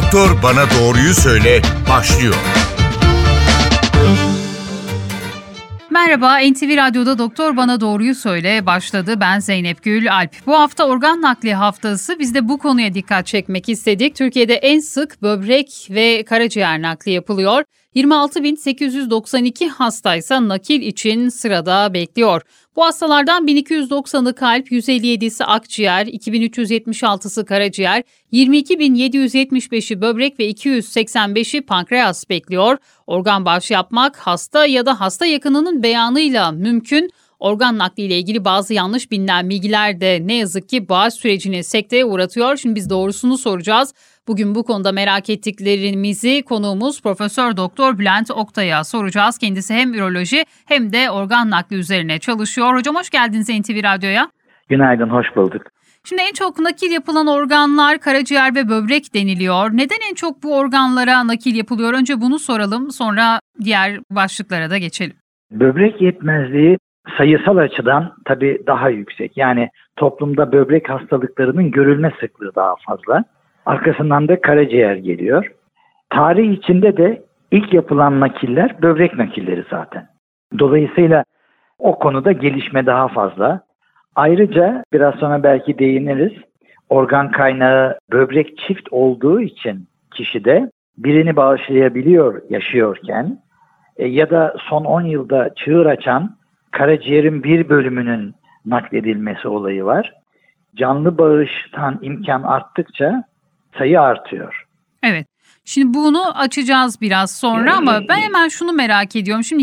Doktor Bana Doğruyu Söyle başlıyor. Merhaba, NTV Radyo'da Doktor Bana Doğruyu Söyle başladı. Ben Zeynep Gül Alp. Bu hafta organ nakli haftası. Biz de bu konuya dikkat çekmek istedik. Türkiye'de en sık böbrek ve karaciğer nakli yapılıyor. 26.892 hastaysa nakil için sırada bekliyor. Bu hastalardan 1290'ı kalp, 157'si akciğer, 2376'sı karaciğer, 22.775'i böbrek ve 285'i pankreas bekliyor. Organ bağışı yapmak hasta ya da hasta yakınının beyanıyla mümkün. Organ nakliyle ilgili bazı yanlış bilinen bilgiler de ne yazık ki bağış sürecini sekteye uğratıyor. Şimdi biz doğrusunu soracağız. Bugün bu konuda merak ettiklerimizi konuğumuz Profesör Doktor Bülent Oktay'a soracağız. Kendisi hem üroloji hem de organ nakli üzerine çalışıyor. Hocam hoş geldiniz NTV Radyo'ya. Günaydın, hoş bulduk. Şimdi en çok nakil yapılan organlar karaciğer ve böbrek deniliyor. Neden en çok bu organlara nakil yapılıyor? Önce bunu soralım, sonra diğer başlıklara da geçelim. Böbrek yetmezliği sayısal açıdan tabii daha yüksek. Yani toplumda böbrek hastalıklarının görülme sıklığı daha fazla. Arkasından da karaciğer geliyor. Tarih içinde de ilk yapılan nakiller böbrek nakilleri zaten. Dolayısıyla o konuda gelişme daha fazla. Ayrıca biraz sonra belki değiniriz. Organ kaynağı böbrek çift olduğu için kişide birini bağışlayabiliyor yaşıyorken ya da son 10 yılda çığır açan karaciğerin bir bölümünün nakledilmesi olayı var. Canlı bağıştan imkan arttıkça sayı artıyor. Evet. Şimdi bunu açacağız biraz sonra ama ben hemen şunu merak ediyorum. Şimdi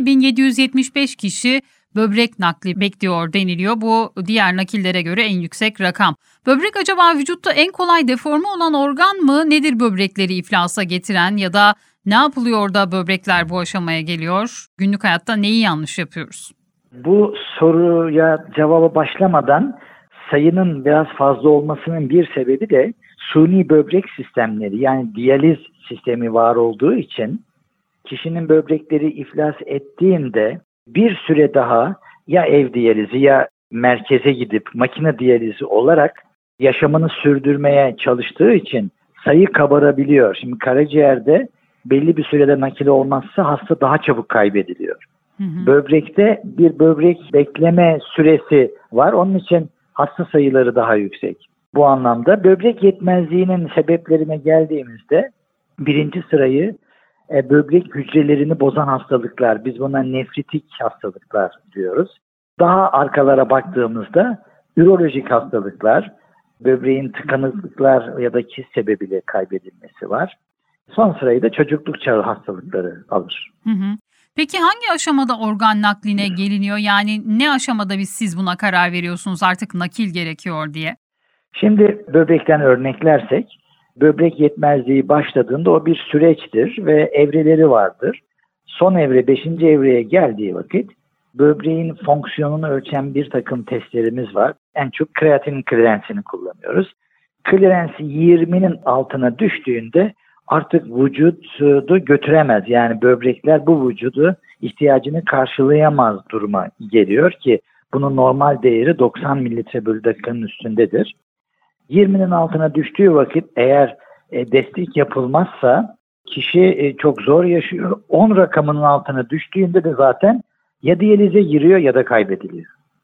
22.775 kişi böbrek nakli bekliyor deniliyor. Bu diğer nakillere göre en yüksek rakam. Böbrek acaba vücutta en kolay deforme olan organ mı? Nedir böbrekleri iflasa getiren ya da ne yapılıyor da böbrekler bu aşamaya geliyor? Günlük hayatta neyi yanlış yapıyoruz? Bu soruya cevaba başlamadan sayının biraz fazla olmasının bir sebebi de suni böbrek sistemleri, yani diyaliz sistemi var olduğu için kişinin böbrekleri iflas ettiğinde bir süre daha ya ev diyalizi ya merkeze gidip makine diyalizi olarak yaşamını sürdürmeye çalıştığı için sayı kabarabiliyor. Şimdi karaciğerde belli bir sürede nakil olmazsa hasta daha çabuk kaybediliyor. Böbrekte bir böbrek bekleme süresi var. Onun için hasta sayıları daha yüksek. Bu anlamda böbrek yetmezliğinin sebeplerine geldiğimizde birinci sırayı böbrek hücrelerini bozan hastalıklar, biz buna nefritik hastalıklar diyoruz. Daha arkalara baktığımızda ürolojik hastalıklar, böbreğin tıkanıklıklar ya da kist sebebiyle kaybedilmesi var. Son sırayı da çocukluk çağı hastalıkları alır. Peki hangi aşamada organ nakline geliniyor? Yani ne aşamada siz buna karar veriyorsunuz artık nakil gerekiyor diye? Şimdi böbrekten örneklersek, böbrek yetmezliği başladığında o bir süreçtir ve evreleri vardır. Son evre 5. evreye geldiği vakit böbreğin fonksiyonunu ölçen bir takım testlerimiz var. En çok kreatinin klirensini kullanıyoruz. Klirensi 20'nin altına düştüğünde artık vücudu götüremez. Yani böbrekler bu vücudu ihtiyacını karşılayamaz duruma geliyor ki bunun normal değeri 90 mililitre bölü dakikanın üstündedir. 20'nin altına düştüğü vakit eğer destek yapılmazsa kişi çok zor yaşıyor. 10 rakamının altına düştüğünde de zaten ya diyalize giriyor ya da kaybediliyor.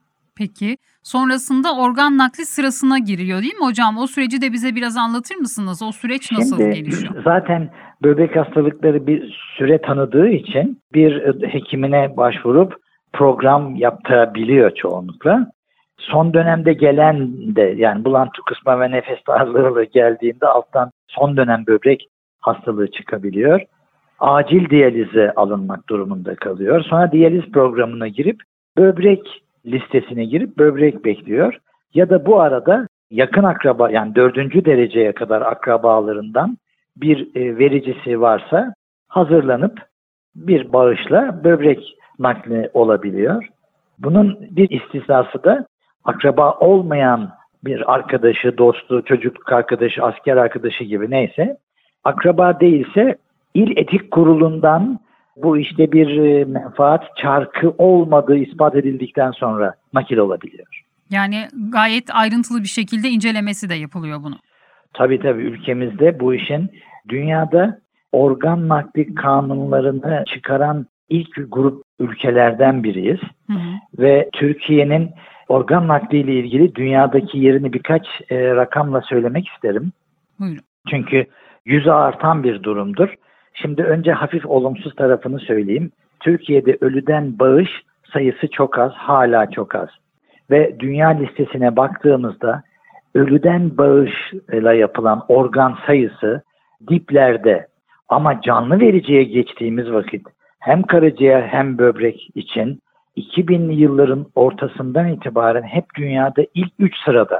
Peki sonrasında organ nakli sırasına giriyor değil mi hocam? O süreci de bize biraz anlatır mısınız? O süreç nasıl gelişiyor? Zaten böbrek hastalıkları bir süre tanıdığı için bir hekimine başvurup program yaptırabiliyor çoğunlukla. Son dönemde gelen de yani bulantı, kusma ve nefes darlığı geldiğinde alttan son dönem böbrek hastalığı çıkabiliyor. Acil diyalize alınmak durumunda kalıyor. Sonra diyaliz programına girip böbrek listesine girip böbrek bekliyor. Ya da bu arada yakın akraba, yani 4. dereceye kadar akrabalarından bir vericisi varsa hazırlanıp bir bağışla böbrek nakli olabiliyor. Bunun bir istisnası da akraba olmayan bir arkadaşı, dostu, çocukluk arkadaşı, asker arkadaşı gibi neyse, akraba değilse İl Etik Kurulu'ndan bu işte bir menfaat çarkı olmadığı ispat edildikten sonra nakil olabiliyor. Yani gayet ayrıntılı bir şekilde incelemesi de yapılıyor bunun. Tabii ülkemizde bu işin dünyada organ nakli kanunlarını çıkaran ilk grup ülkelerden biriyiz. Ve Türkiye'nin organ nakliyle ilgili dünyadaki yerini birkaç rakamla söylemek isterim. Buyurun. Çünkü yüze artan bir durumdur. Şimdi önce hafif olumsuz tarafını söyleyeyim. Türkiye'de ölüden bağış sayısı çok az, hala çok az. Ve dünya listesine baktığımızda ölüden bağışla yapılan organ sayısı diplerde. Ama canlı vericiye geçtiğimiz vakit hem karaciğer hem böbrek için 2000'li yılların ortasından itibaren hep dünyada ilk 3 sırada.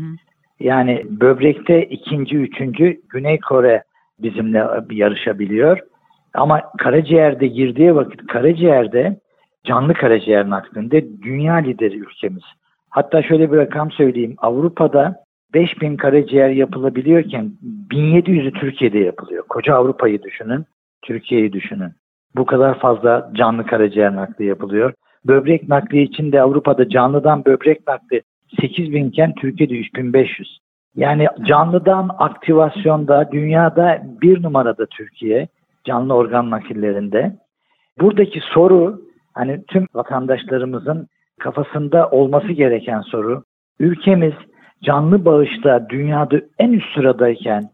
Yani böbrekte ikinci, üçüncü Güney Kore bizimle yarışabiliyor. Ama karaciğerde girdiği vakit karaciğerde canlı karaciğer naklinde dünya lideri ülkemiz. Hatta şöyle bir rakam söyleyeyim. Avrupa'da 5000 karaciğer yapılabiliyorken 1700'ü Türkiye'de yapılıyor. Koca Avrupa'yı düşünün, Türkiye'yi düşünün. Bu kadar fazla canlı karaciğer nakli yapılıyor. Böbrek nakli için de Avrupa'da canlıdan böbrek nakli 8000 iken Türkiye'de 3500. Yani canlıdan aktivasyonda dünyada bir numarada Türkiye canlı organ nakillerinde. Buradaki soru hani tüm vatandaşlarımızın kafasında olması gereken soru. Ülkemiz canlı bağışta dünyada en üst sıradayken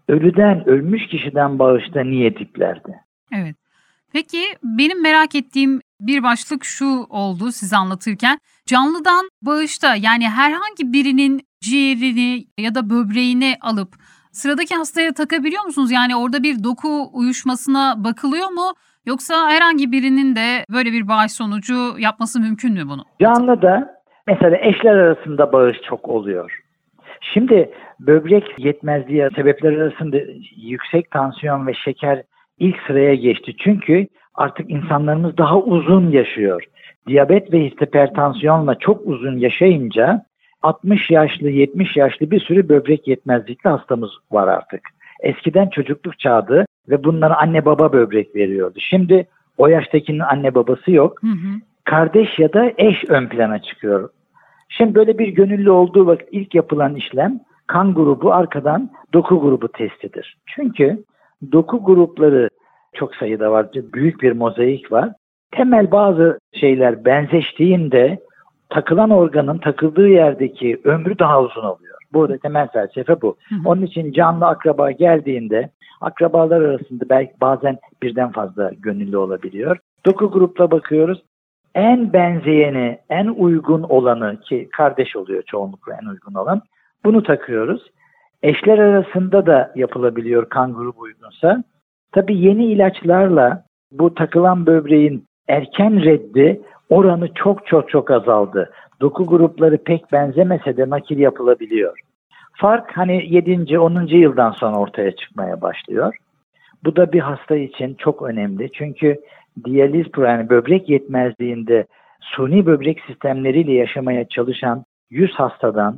ölmüş kişiden bağışta niye diplerde? Evet. Peki benim merak ettiğim bir başlık şu oldu siz anlatırken. Canlıdan bağışta yani herhangi birinin ciğerini ya da böbreğini alıp sıradaki hastaya takabiliyor musunuz? Yani orada bir doku uyuşmasına bakılıyor mu? Yoksa herhangi birinin de böyle bir bağış sonucu yapması mümkün mü bunu? Canlıda mesela eşler arasında bağış çok oluyor. Şimdi böbrek yetmezliği sebepler arasında yüksek tansiyon ve şeker ilk sıraya geçti. Çünkü artık insanlarımız daha uzun yaşıyor. Diyabet ve hipertansiyonla çok uzun yaşayınca 60 yaşlı, 70 yaşlı bir sürü böbrek yetmezlikli hastamız var artık. Eskiden çocukluk çağdı ve bunlara anne baba böbrek veriyordu. Şimdi o yaştakinin anne babası yok. Kardeş ya da eş ön plana çıkıyor. Şimdi böyle bir gönüllü olduğu vakit ilk yapılan işlem kan grubu arkadan doku grubu testidir. Çünkü doku grupları çok sayıda var. Büyük bir mozaik var. Temel bazı şeyler benzeştiğinde takılan organın takıldığı yerdeki ömrü daha uzun oluyor. Burada temel felsefe bu. Onun için canlı akraba geldiğinde akrabalar arasında belki bazen birden fazla gönüllü olabiliyor. Doku grupla bakıyoruz. En benzeyeni, en uygun olanı ki kardeş oluyor çoğunlukla en uygun olan bunu takıyoruz. Eşler arasında da yapılabiliyor kan grubu uygunsa. Tabii yeni ilaçlarla bu takılan böbreğin erken reddi oranı çok azaldı. Doku grupları pek benzemese de nakil yapılabiliyor. Fark hani 7. 10. yıldan sonra ortaya çıkmaya başlıyor. Bu da bir hasta için çok önemli. Çünkü diyaliz yani böbrek yetmezliğinde suni böbrek sistemleriyle yaşamaya çalışan 100 hastadan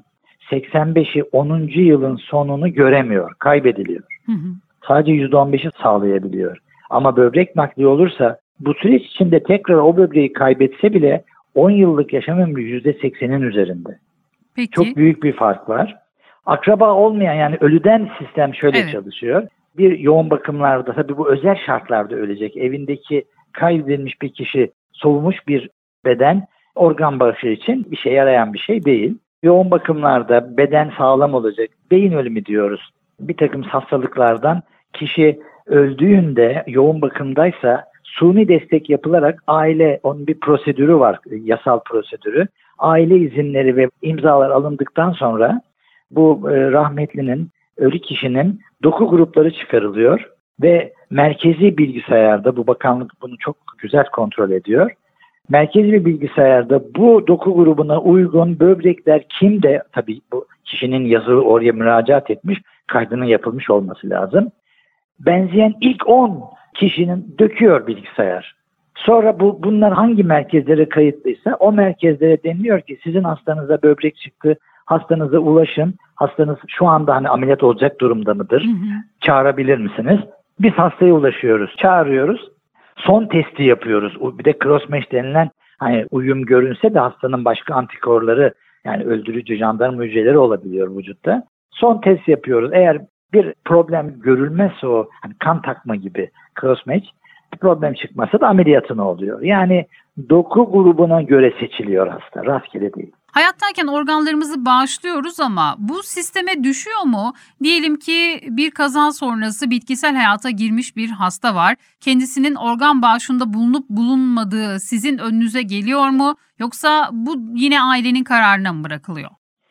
85'i 10. yılın sonunu göremiyor, kaybediliyor. Sadece %15'i sağlayabiliyor. Ama böbrek nakli olursa bu süreç içinde tekrar o böbreği kaybetse bile 10 yıllık yaşam ömrü %80'in üzerinde. Peki. Çok büyük bir fark var. Akraba olmayan yani ölüden sistem şöyle çalışıyor. Bir yoğun bakımlarda tabii bu özel şartlarda ölecek. Evindeki kaybedilmiş bir kişi soğumuş bir beden organ bağışı için bir şey yarayan bir şey değil. Yoğun bakımlarda beden sağlam olacak. Beyin ölümü diyoruz. Bir takım hastalıklardan kişi öldüğünde yoğun bakımdaysa suni destek yapılarak onun bir prosedürü var, yasal prosedürü. Aile izinleri ve imzalar alındıktan sonra bu rahmetlinin, ölü kişinin doku grupları çıkarılıyor ve merkezi bilgisayarda bu bakanlık bunu çok güzel kontrol ediyor. Merkezi bir bilgisayarda bu doku grubuna uygun böbrekler kimde tabii bu kişinin yazılı oraya müracaat etmiş kaydının yapılmış olması lazım. Benzeyen ilk 10 kişinin döküyor bilgisayar. Sonra bunlar hangi merkezlere kayıtlıysa o merkezlere deniliyor ki sizin hastanıza böbrek çıktı, hastanıza ulaşın, hastanız şu anda hani ameliyat olacak durumda mıdır? Çağırabilir misiniz? Biz hastaya ulaşıyoruz, çağırıyoruz. Son testi yapıyoruz. Bir de crossmatch denilen hani uyum görünse de hastanın başka antikorları yani öldürücü jandarma hücreleri olabiliyor vücutta. Son test yapıyoruz. Eğer bir problem görülmezse o hani kan takma gibi cross-match problem çıkmasa da ameliyatına oluyor. Yani doku grubuna göre seçiliyor hasta. Rastgele değil. Hayattayken organlarımızı bağışlıyoruz ama bu sisteme düşüyor mu? Diyelim ki bir kaza sonrası bitkisel hayata girmiş bir hasta var. Kendisinin organ bağışında bulunup bulunmadığı sizin önünüze geliyor mu? Yoksa bu yine ailenin kararına mı bırakılıyor?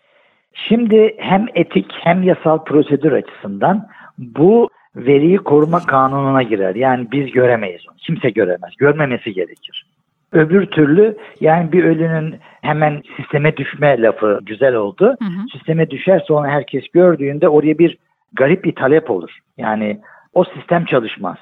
Şimdi hem etik hem yasal prosedür açısından bu veriyi koruma kanununa girer. Yani biz göremeyiz onu. Kimse göremez. Görmemesi gerekir. Öbür türlü yani bir ölünün hemen sisteme düşme lafı güzel oldu. Sisteme düşerse onu herkes gördüğünde oraya bir garip bir talep olur. Yani o sistem çalışmaz.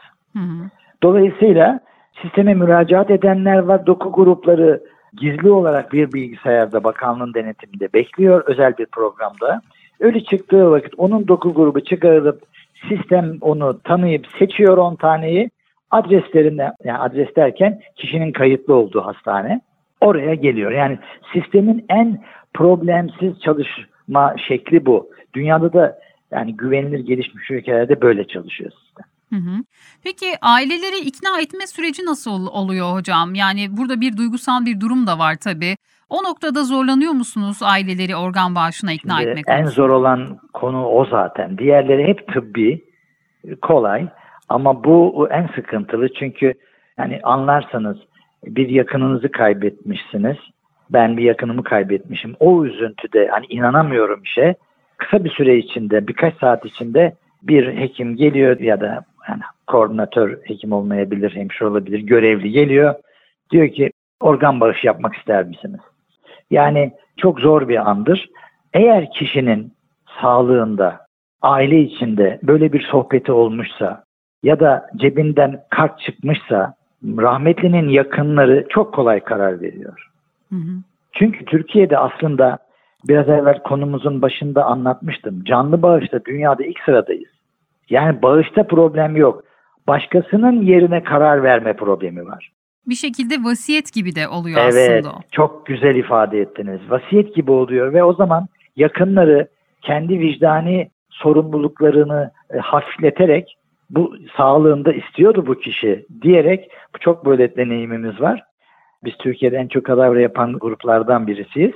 Dolayısıyla sisteme müracaat edenler var. Doku grupları gizli olarak bir bilgisayarda bakanlığın denetiminde bekliyor özel bir programda. Ölü çıktığı vakit onun doku grubu çıkarılıp sistem onu tanıyıp seçiyor 10 taneyi. Adreslerine, yani adres derken kişinin kayıtlı olduğu hastane oraya geliyor. Yani sistemin en problemsiz çalışma şekli bu. Dünyada da yani güvenilir gelişmiş ülkelerde böyle çalışıyor sistem. Peki aileleri ikna etme süreci nasıl oluyor hocam? Yani burada bir duygusal bir durum da var tabii. O noktada zorlanıyor musunuz aileleri organ bağışına ikna etmek konusunda? En zor olan konu o zaten. Diğerleri hep tıbbi, kolay. Ama bu en sıkıntılı çünkü yani anlarsanız bir yakınınızı kaybetmişsiniz. Ben bir yakınımı kaybetmişim. O üzüntüde hani inanamıyorum işe. Kısa bir süre içinde birkaç saat içinde bir hekim geliyor ya da yani koordinatör hekim olmayabilir, hemşire olabilir, görevli geliyor. Diyor ki organ bağışı yapmak ister misiniz? Yani çok zor bir andır. Eğer kişinin sağlığında, aile içinde böyle bir sohbeti olmuşsa ya da cebinden kart çıkmışsa rahmetlinin yakınları çok kolay karar veriyor. Çünkü Türkiye'de aslında biraz evvel konumuzun başında anlatmıştım. Canlı bağışta dünyada ilk sıradayız. Yani bağışta problem yok. Başkasının yerine karar verme problemi var. Bir şekilde vasiyet gibi de oluyor aslında o. Evet, çok güzel ifade ettiniz. Vasiyet gibi oluyor ve o zaman yakınları kendi vicdani sorumluluklarını hafifleterek bu sağlığında istiyordu bu kişi diyerek çok böyle deneyimimiz var. Biz Türkiye'de en çok kadavra yapan gruplardan birisiyiz.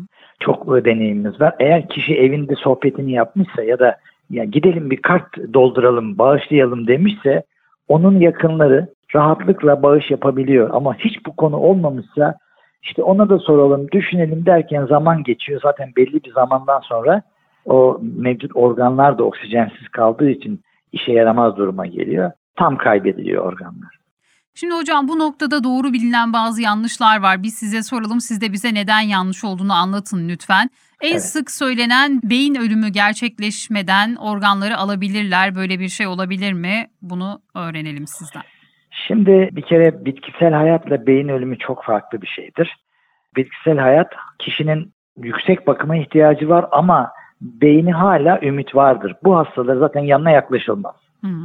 Çok böyle deneyimimiz var. Eğer kişi evinde sohbetini yapmışsa ya da ya gidelim bir kart dolduralım, bağışlayalım demişse onun yakınları rahatlıkla bağış yapabiliyor. Ama hiç bu konu olmamışsa işte ona da soralım, düşünelim derken zaman geçiyor. Zaten belli bir zamandan sonra o mevcut organlar da oksijensiz kaldığı için işe yaramaz duruma geliyor. Tam kaybediliyor organlar. Şimdi hocam bu noktada doğru bilinen bazı yanlışlar var. Biz size soralım, siz de bize neden yanlış olduğunu anlatın lütfen. En sık söylenen beyin ölümü gerçekleşmeden organları alabilirler. Böyle bir şey olabilir mi? Bunu öğrenelim sizden. Şimdi bir kere bitkisel hayatla beyin ölümü çok farklı bir şeydir. Bitkisel hayat kişinin yüksek bakıma ihtiyacı var ama beyni hala ümit vardır. Bu hastalar zaten yanına yaklaşılmaz.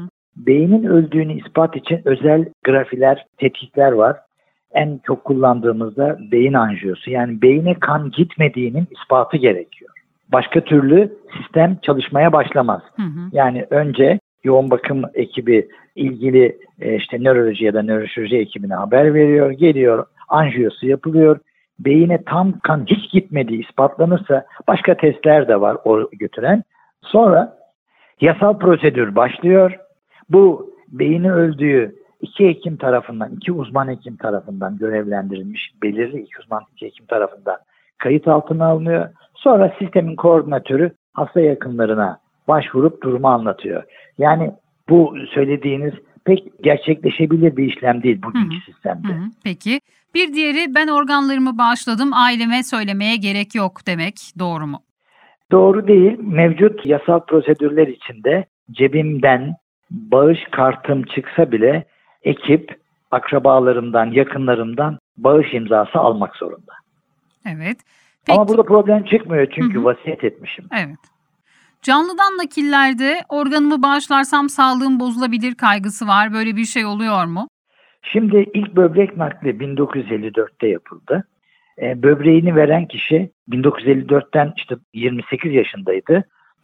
Beynin öldüğünü ispat için özel grafiler, tetkikler var. En çok kullandığımızda beyin anjiyosu. Yani beyine kan gitmediğinin ispatı gerekiyor. Başka türlü sistem çalışmaya başlamaz. Yani önce yoğun bakım ekibi ilgili işte nöroloji ya da nöroşirurji ekibine haber veriyor. Geliyor, anjiyosu yapılıyor. Beyine tam kan hiç gitmediği ispatlanırsa başka testler de var o götüren. Sonra yasal prosedür başlıyor. Bu beyni öldüğü iki uzman hekim tarafından görevlendirilmiş belirli iki uzman hekim tarafından kayıt altına alınıyor. Sonra sistemin koordinatörü hasta yakınlarına başvurup durumu anlatıyor. Yani bu söylediğiniz pek gerçekleşebilir bir işlem değil bugünkü sistemde. Peki. Bir diğeri ben organlarımı bağışladım, aileme söylemeye gerek yok demek. Doğru mu? Doğru değil. Mevcut yasal prosedürler içinde cebimden bağış kartım çıksa bile ekip akrabalarımdan, yakınlarımdan bağış imzası almak zorunda. Evet. Peki. Ama burada problem çıkmıyor çünkü vasiyet etmişim. Evet. Canlıdan nakillerde organımı bağışlarsam sağlığım bozulabilir kaygısı var. Böyle bir şey oluyor mu? Şimdi ilk böbrek nakli 1954'te yapıldı. Böbreğini veren kişi 1954'ten işte 28 yaşındaydı.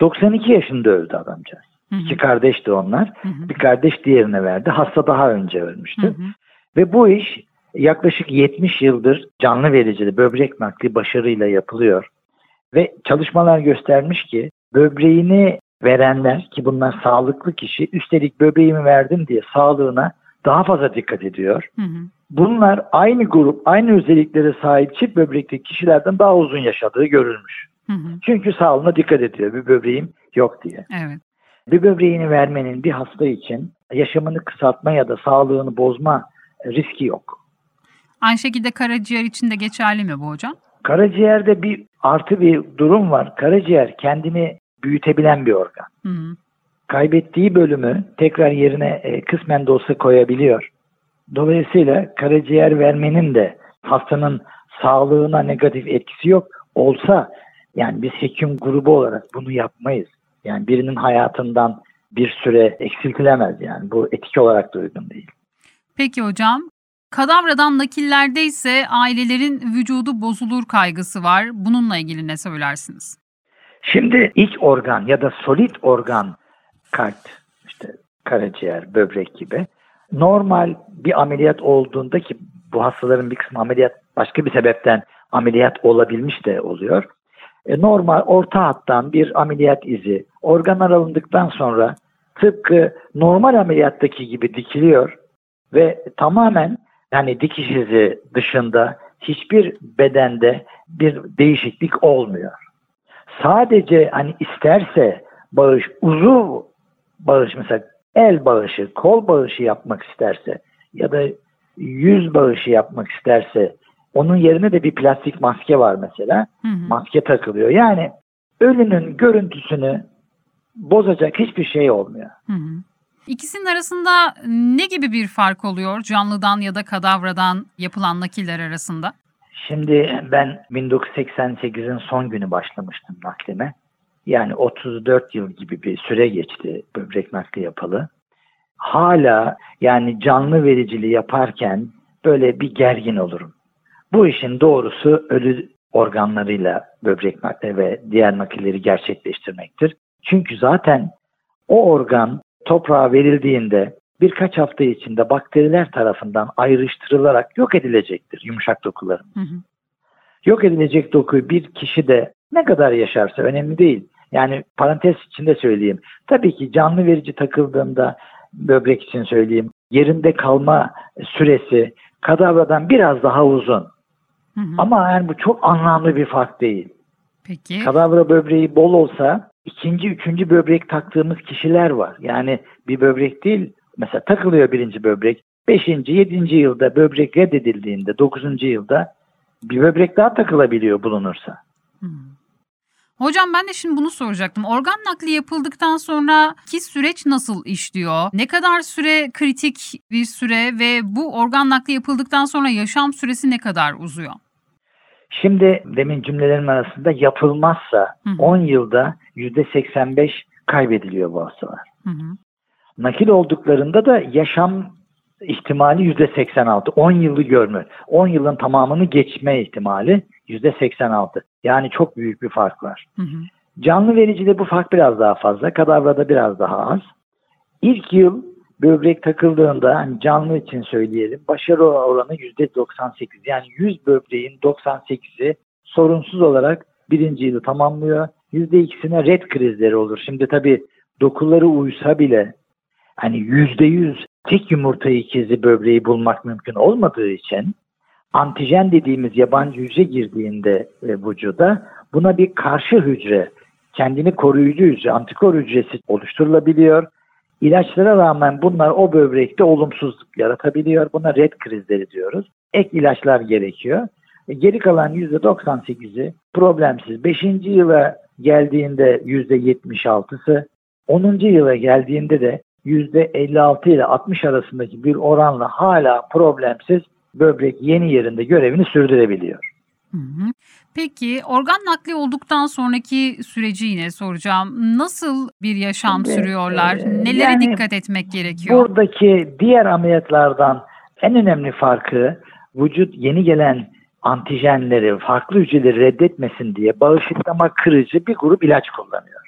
92 yaşında öldü adamcağız. Hı hı. 2 kardeşti onlar. Hı hı. Bir kardeş diğerine verdi. Hasta daha önce ölmüştü. Hı hı. Ve bu iş yaklaşık 70 yıldır canlı vericili böbrek nakli başarıyla yapılıyor. Ve çalışmalar göstermiş ki böbreğini verenler, ki bunlar sağlıklı kişi, üstelik böbreğimi verdim diye sağlığına daha fazla dikkat ediyor. Hı hı. Bunlar aynı grup, aynı özelliklere sahip çift böbrekli kişilerden daha uzun yaşadığı görülmüş. Hı hı. Çünkü sağlığına dikkat ediyor, bir böbreğim yok diye. Evet. Bir böbreğini vermenin bir hasta için yaşamını kısaltma ya da sağlığını bozma riski yok. Aynı şekilde karaciğer için de geçerli mi bu hocam? Karaciğerde bir artı bir durum var. Karaciğer kendini büyütebilen bir organ. Hı hı. Kaybettiği bölümü tekrar yerine kısmen de olsa koyabiliyor. Dolayısıyla karaciğer vermenin de hastanın sağlığına negatif etkisi yok. Olsa yani biz hekim grubu olarak bunu yapmayız. Yani birinin hayatından bir süre eksiltilemez yani. Bu etik olarak da uygun değil. Peki hocam. Kadavradan nakillerde ise ailelerin vücudu bozulur kaygısı var. Bununla ilgili ne söylersiniz? Şimdi iç organ ya da solit organ, kalp, işte karaciğer, böbrek gibi normal bir ameliyat olduğunda, ki bu hastaların bir kısmı ameliyat başka bir sebepten ameliyat olabilmiş de oluyor. Normal orta hattan bir ameliyat izi organlar alındıktan sonra tıpkı normal ameliyattaki gibi dikiliyor ve tamamen yani dikiş izi dışında hiçbir bedende bir değişiklik olmuyor. Sadece hani isterse bağış, uzuv bağış, mesela el bağışı, kol bağışı yapmak isterse ya da yüz bağışı yapmak isterse onun yerine de bir plastik maske var mesela. Hı hı. Maske takılıyor. Yani ölünün görüntüsünü bozacak hiçbir şey olmuyor. Hı hı. İkisinin arasında ne gibi bir fark oluyor canlıdan ya da kadavradan yapılan nakiller arasında? Şimdi ben 1988'in son günü başlamıştım naklime. Yani 34 yıl gibi bir süre geçti böbrek nakli yapalı. Hala yani canlı vericiliği yaparken böyle bir gergin olurum. Bu işin doğrusu ölü organlarıyla böbrek nakli ve diğer nakilleri gerçekleştirmektir. Çünkü zaten o organ toprağa verildiğinde birkaç hafta içinde bakteriler tarafından ayrıştırılarak yok edilecektir yumuşak dokuların. Hı hı. Yok edilecek dokuyu bir kişi de ne kadar yaşarsa önemli değil. Yani parantez içinde söyleyeyim. Tabii ki canlı verici takıldığında böbrek için söyleyeyim. Yerinde kalma süresi kadavradan biraz daha uzun. Hı hı. Ama yani bu çok anlamlı bir fark değil. Peki. Kadavra böbreği bol olsa ikinci, üçüncü böbrek taktığımız kişiler var. Yani bir böbrek değil, mesela takılıyor birinci böbrek. 5. 7. yılda böbrek reddedildiğinde 9. yılda bir böbrek daha takılabiliyor bulunursa. Hı. Hocam ben de şimdi bunu soracaktım. Organ nakli yapıldıktan sonraki süreç nasıl işliyor? Ne kadar süre kritik bir süre ve bu organ nakli yapıldıktan sonra yaşam süresi ne kadar uzuyor? Şimdi demin cümlelerim arasında yapılmazsa 10 yılda %85 kaybediliyor bu hastalar. Hı hı. Nakil olduklarında da yaşam ihtimali %86. 10 yılı görme. 10 yılın tamamını geçme ihtimali %86. Yani çok büyük bir fark var. Hı hı. Canlı vericide bu fark biraz daha fazla. Kadavrada biraz daha az. İlk yıl böbrek takıldığında hani canlı için söyleyelim, başarı oranı %98. Yani 100 böbreğin 98'i sorunsuz olarak birinci yılı tamamlıyor. %2'sine red krizleri olur. Şimdi tabii dokuları uysa bile hani %100 tek yumurta ikizi böbreği bulmak mümkün olmadığı için antijen dediğimiz yabancı hücre girdiğinde vücuda buna bir karşı hücre, kendini koruyucu hücre, antikor hücresi oluşturulabiliyor. İlaçlara rağmen bunlar o böbrekte olumsuzluk yaratabiliyor. Buna red krizleri diyoruz. Ek ilaçlar gerekiyor. Geri kalan %98'i problemsiz. 5. yıla geldiğinde %76'sı, 10. yıla geldiğinde de %56 ile 60 arasındaki bir oranla hala problemsiz böbrek yeni yerinde görevini sürdürebiliyor. Hı hı. Peki organ nakli olduktan sonraki süreci yine soracağım. Nasıl bir yaşam sürüyorlar? Nelere yani dikkat etmek gerekiyor? Buradaki diğer ameliyatlardan en önemli farkı vücut yeni gelen antijenleri, farklı hücreleri reddetmesin diye bağışıklama kırıcı bir grup ilaç kullanıyor.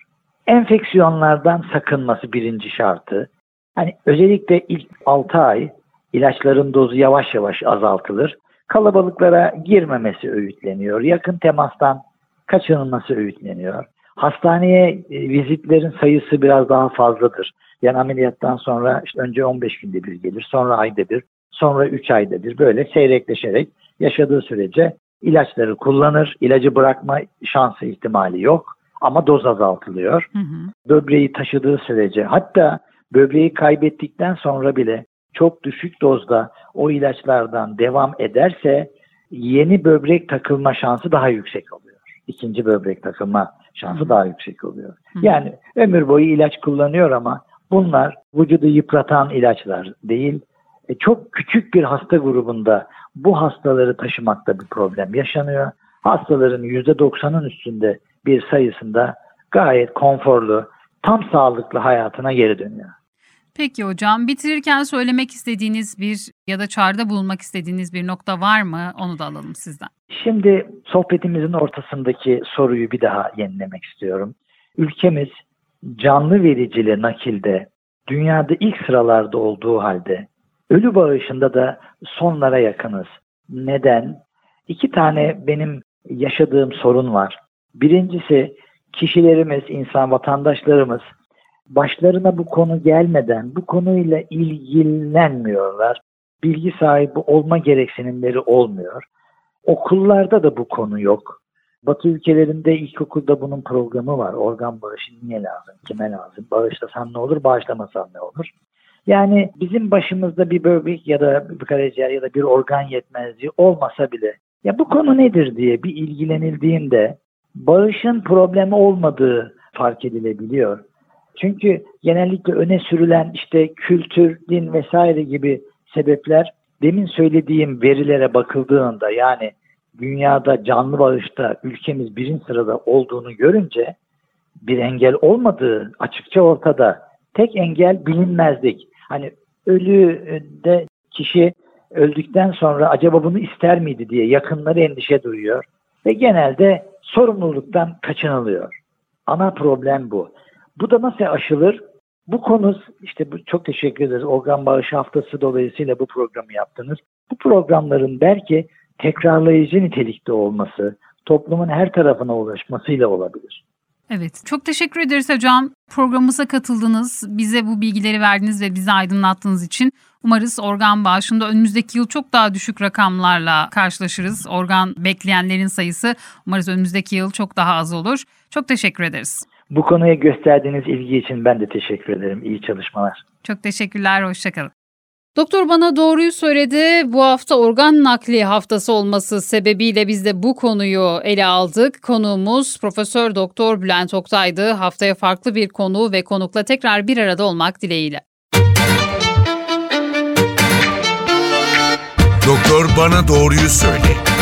Enfeksiyonlardan sakınması birinci şartı. Hani özellikle ilk 6 ay ilaçların dozu yavaş yavaş azaltılır. Kalabalıklara girmemesi öğütleniyor. Yakın temastan kaçınılması öğütleniyor. Hastaneye vizitlerin sayısı biraz daha fazladır. Yani ameliyattan sonra işte önce 15 günde bir gelir, sonra ayda bir, sonra 3 ayda bir, böyle seyrekleşerek yaşadığı sürece ilaçları kullanır. İlacı bırakma şansı ihtimali yok ama doz azaltılıyor. Böbreği taşıdığı sürece, hatta böbreği kaybettikten sonra bile çok düşük dozda o ilaçlardan devam ederse yeni böbrek takılma şansı daha yüksek oluyor. İkinci böbrek takılma şansı daha yüksek oluyor. Yani ömür boyu ilaç kullanıyor ama bunlar vücudu yıpratan ilaçlar değil. Çok küçük bir hasta grubunda bu hastaları taşımakta bir problem yaşanıyor. Hastaların %90'ın üstünde bir sayısında gayet konforlu, tam sağlıklı hayatına geri dönüyor. Peki hocam, bitirirken söylemek istediğiniz bir ya da çağrıda bulunmak istediğiniz bir nokta var mı? Onu da alalım sizden. Şimdi sohbetimizin ortasındaki soruyu bir daha yenilemek istiyorum. Ülkemiz canlı vericili nakilde dünyada ilk sıralarda olduğu halde ölü bağışında da sonlara yakınız. Neden? 2 tane benim yaşadığım sorun var. Birincisi, kişilerimiz, vatandaşlarımız başlarına bu konu gelmeden bu konuyla ilgilenmiyorlar. Bilgi sahibi olma gereksinimleri olmuyor. Okullarda da bu konu yok. Batı ülkelerinde ilkokulda bunun programı var. Organ bağışı niye lazım, kime lazım? Bağışlasan ne olur, bağışlamasan ne olur? Yani bizim başımızda bir böbrek ya da bir karaciğer ya da bir organ yetmezliği olmasa bile ya bu konu nedir diye bir ilgilenildiğinde bağışın problemi olmadığı fark edilebiliyor. Çünkü genellikle öne sürülen işte kültür, din vesaire gibi sebepler, demin söylediğim verilere bakıldığında, yani dünyada canlı bağışta ülkemiz 1. sırada olduğunu görünce bir engel olmadığı açıkça ortada. Tek engel bilinmezlik. Hani ölüde kişi öldükten sonra acaba bunu ister miydi diye yakınları endişe duyuyor ve genelde sorumluluktan kaçınılıyor. Ana problem bu. Bu da nasıl aşılır? Bu konu, işte çok teşekkür ederiz. Organ bağışı haftası dolayısıyla bu programı yaptınız. Bu programların belki tekrarlayıcı nitelikte olması, toplumun her tarafına ulaşmasıyla olabilir. Evet, çok teşekkür ederiz hocam. Programımıza katıldınız, bize bu bilgileri verdiniz ve bizi aydınlattığınız için. Umarız organ bağışında önümüzdeki yıl çok daha düşük rakamlarla karşılaşırız. Organ bekleyenlerin sayısı umarız önümüzdeki yıl çok daha az olur. Çok teşekkür ederiz. Bu konuya gösterdiğiniz ilgi için ben de teşekkür ederim. İyi çalışmalar. Çok teşekkürler, hoşçakalın. Doktor bana doğruyu söyledi. Bu hafta organ nakli haftası olması sebebiyle biz de bu konuyu ele aldık. Konuğumuz Profesör Doktor Bülent Oktay'dı. Haftaya farklı bir konu ve konukla tekrar bir arada olmak dileğiyle. Doktor bana doğruyu söyle.